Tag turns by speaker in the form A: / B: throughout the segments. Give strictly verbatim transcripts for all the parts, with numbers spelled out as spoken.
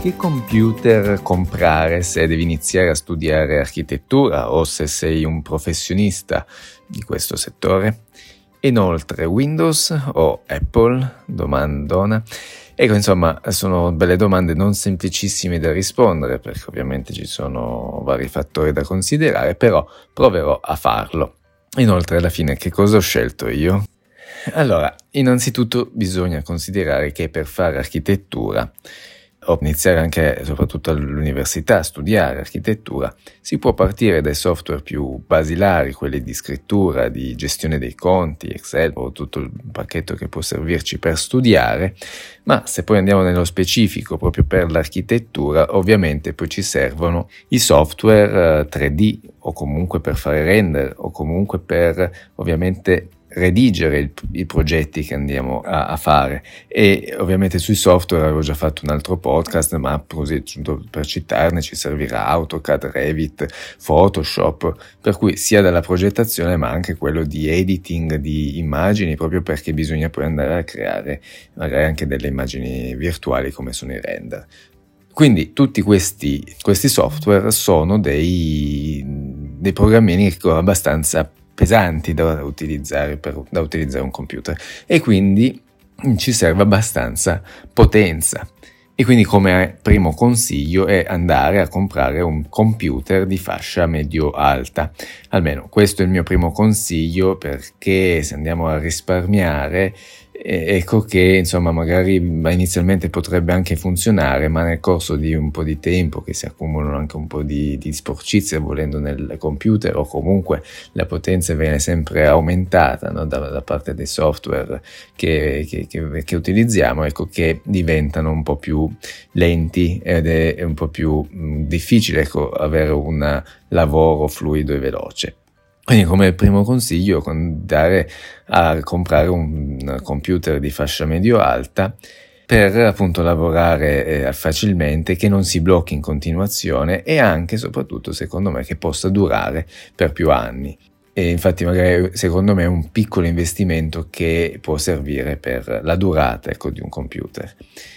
A: che computer comprare se devi iniziare a studiare architettura o se sei un professionista di questo settore? Inoltre, Windows o Apple? Domandona. Ecco, insomma, sono belle domande non semplicissime da rispondere perché ovviamente ci sono vari fattori da considerare, però proverò a farlo. Inoltre, alla fine, che cosa ho scelto io? Allora, innanzitutto bisogna considerare che per fare architettura o iniziare anche soprattutto all'università a studiare architettura, si può partire dai software più basilari, quelli di scrittura, di gestione dei conti, Excel o tutto il pacchetto che può servirci per studiare, ma se poi andiamo nello specifico proprio per l'architettura, ovviamente poi ci servono i software tre D o comunque per fare render o comunque per ovviamente redigere il, i progetti che andiamo a, a fare. E ovviamente sui software avevo già fatto un altro podcast, ma così per citarne ci servirà AutoCAD, Revit, Photoshop, per cui sia dalla progettazione ma anche quello di editing di immagini, proprio perché bisogna poi andare a creare magari anche delle immagini virtuali come sono i render. Quindi tutti questi, questi software sono dei, dei programmini abbastanza pesanti da utilizzare per da utilizzare un computer e quindi ci serve abbastanza potenza. E quindi come primo consiglio è andare a comprare un computer di fascia medio-alta. Almeno questo è il mio primo consiglio, perché se andiamo a risparmiare, ecco che insomma magari inizialmente potrebbe anche funzionare, ma nel corso di un po' di tempo che si accumulano anche un po' di, di sporcizia volendo nel computer, o comunque la potenza viene sempre aumentata, no, da, da parte dei software che, che, che, che utilizziamo, ecco che diventano un po' più lenti ed è, è un po' più mh, difficile, ecco, avere un lavoro fluido e veloce. Quindi come primo consiglio andare a comprare un computer di fascia medio-alta per appunto lavorare eh, facilmente, che non si blocchi in continuazione e anche soprattutto secondo me che possa durare per più anni. E infatti magari secondo me è un piccolo investimento che può servire per la durata, ecco, di un computer.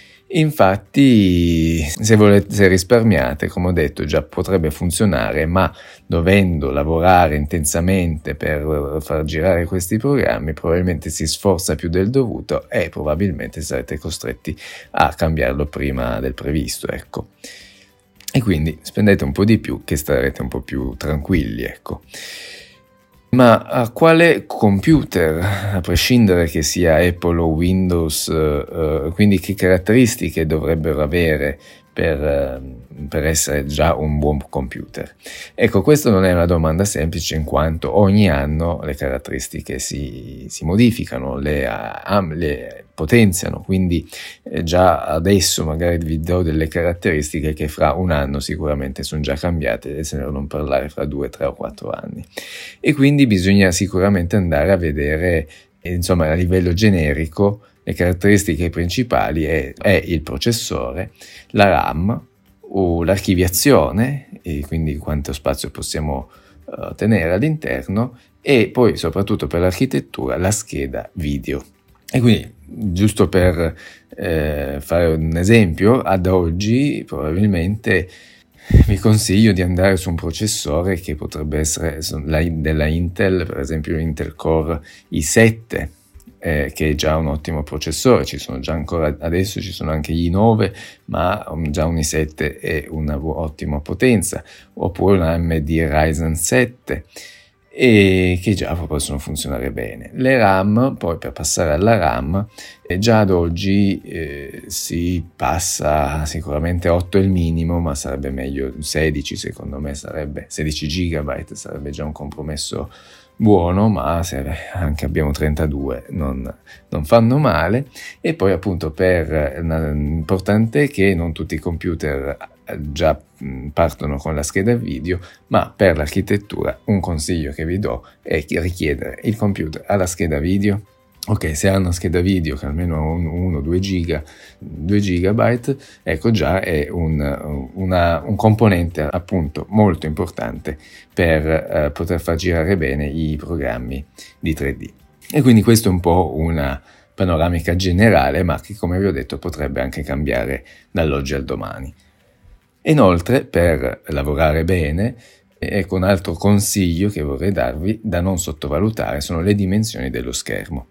A: Infatti, se volete, se risparmiate, come ho detto, già potrebbe funzionare, ma dovendo lavorare intensamente per far girare questi programmi, probabilmente si sforza più del dovuto e probabilmente sarete costretti a cambiarlo prima del previsto, ecco. E quindi spendete un po' di più, che starete un po' più tranquilli, ecco. Ma a quale computer, a prescindere che sia Apple o Windows, eh, quindi che caratteristiche dovrebbero avere per, eh, per essere già un buon computer? Ecco, questa non è una domanda semplice, in quanto ogni anno le caratteristiche si, si modificano, le, am, le potenziano, quindi eh, già adesso magari vi do delle caratteristiche che fra un anno sicuramente sono già cambiate, e se ne non parlare fra due, tre o quattro anni. E quindi bisogna sicuramente andare a vedere, eh, insomma, a livello generico, le caratteristiche principali è, è il processore, la RAM o l'archiviazione, e quindi quanto spazio possiamo uh, tenere all'interno, e poi soprattutto per l'architettura la scheda video. E quindi, giusto per eh, fare un esempio, ad oggi probabilmente vi consiglio di andare su un processore che potrebbe essere della Intel, per esempio l'Intel Core i sette, eh, che è già un ottimo processore. Ci sono già ancora adesso, ci sono anche gli i nove, ma già un i sette è una ottima potenza, oppure un A M D Ryzen sette, e che già possono funzionare bene. Le RAM, poi per passare alla RAM, eh, già ad oggi eh, si passa sicuramente otto è il minimo, ma sarebbe meglio sedici, secondo me sarebbe sedici gigabyte, sarebbe già un compromesso buono, ma se anche abbiamo trentadue non, non fanno male. E poi appunto per importante che non tutti i computer già partono con la scheda video, ma per l'architettura un consiglio che vi do è richiedere il computer alla scheda video. Ok, se ha una scheda video che almeno uno o due giga, due gigabyte, ecco già è un, una, un componente appunto molto importante per eh, poter far girare bene i programmi di tre D. E quindi questo è un po' una panoramica generale, ma che, come vi ho detto, potrebbe anche cambiare dall'oggi al domani. Inoltre, per lavorare bene, ecco un altro consiglio che vorrei darvi da non sottovalutare sono le dimensioni dello schermo.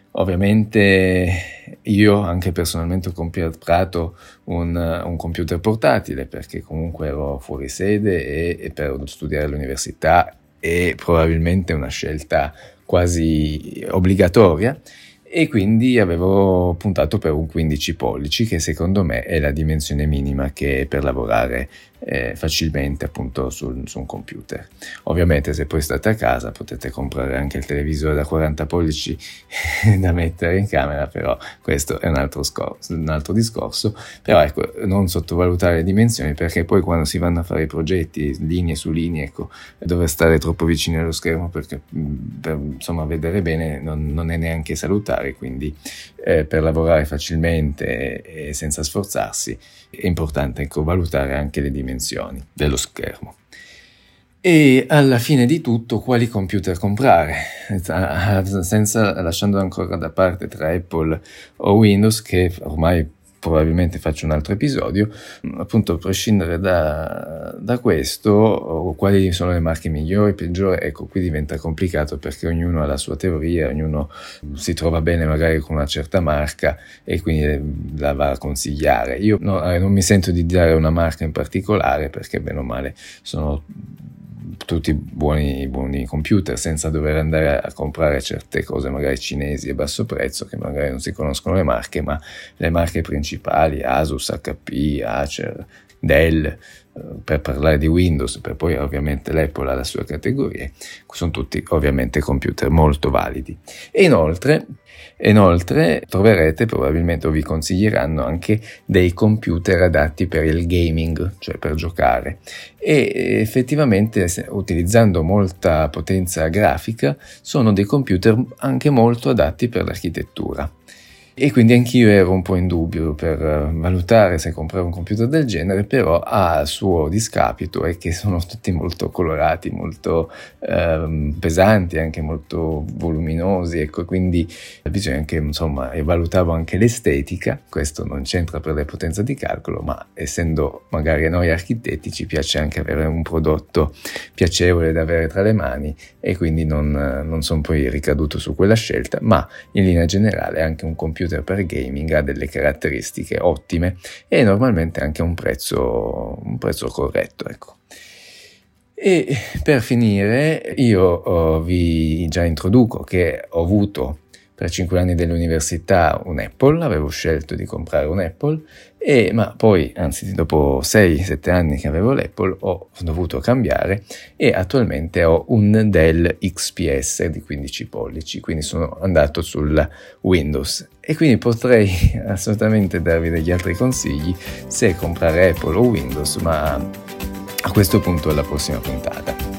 A: Ovviamente io anche personalmente ho comprato un, un computer portatile perché comunque ero fuori sede e, e per studiare all'università è probabilmente una scelta quasi obbligatoria, e quindi avevo puntato per un quindici pollici, che secondo me è la dimensione minima che è per lavorare eh, facilmente appunto sul, su un computer. Ovviamente se poi state a casa potete comprare anche il televisore da quaranta pollici da mettere in camera, però questo è un altro, scorso, un altro discorso. Però ecco, non sottovalutare le dimensioni, perché poi quando si vanno a fare i progetti linee su linee, ecco, dover stare troppo vicini allo schermo perché per insomma vedere bene non, non è neanche salutare. Quindi eh, per lavorare facilmente e senza sforzarsi è importante, ecco, valutare anche le dimensioni dello schermo. E alla fine di tutto, quali computer comprare? Senza, lasciando ancora da parte tra Apple o Windows, che ormai probabilmente faccio un altro episodio, appunto a prescindere da, da questo, quali sono le marche migliori, peggiori, ecco, qui diventa complicato perché ognuno ha la sua teoria, ognuno si trova bene magari con una certa marca e quindi la va a consigliare. Io no, non mi sento di dare una marca in particolare perché bene o male sono tutti buoni, buoni computer, senza dover andare a comprare certe cose magari cinesi a basso prezzo che magari non si conoscono le marche, ma le marche principali Asus, H P, Acer, Dell, per parlare di Windows, per poi ovviamente l'Apple ha la sua categoria, sono tutti ovviamente computer molto validi. E inoltre Inoltre troverete probabilmente, o vi consiglieranno anche dei computer adatti per il gaming, cioè per giocare, e effettivamente utilizzando molta potenza grafica sono dei computer anche molto adatti per l'architettura. E quindi anch'io ero un po' in dubbio per valutare se comprare un computer del genere, però ha il suo discapito, è che sono tutti molto colorati, molto ehm, pesanti, anche molto voluminosi, ecco, quindi bisogna anche, insomma, e valutavo anche l'estetica. Questo non c'entra per le potenze di calcolo, ma essendo magari a noi architetti ci piace anche avere un prodotto piacevole da avere tra le mani, e quindi non, non sono poi ricaduto su quella scelta, ma in linea generale anche un computer per gaming ha delle caratteristiche ottime e normalmente anche un prezzo un prezzo corretto, ecco. E per finire io oh, vi già introduco che ho avuto per cinque anni dell'università un Apple, avevo scelto di comprare un Apple, e, ma poi, anzi dopo sei sette anni che avevo l'Apple, ho dovuto cambiare e attualmente ho un Dell X P S di quindici pollici, quindi sono andato sul Windows. E quindi potrei assolutamente darvi degli altri consigli se comprare Apple o Windows, ma a questo punto è la prossima puntata.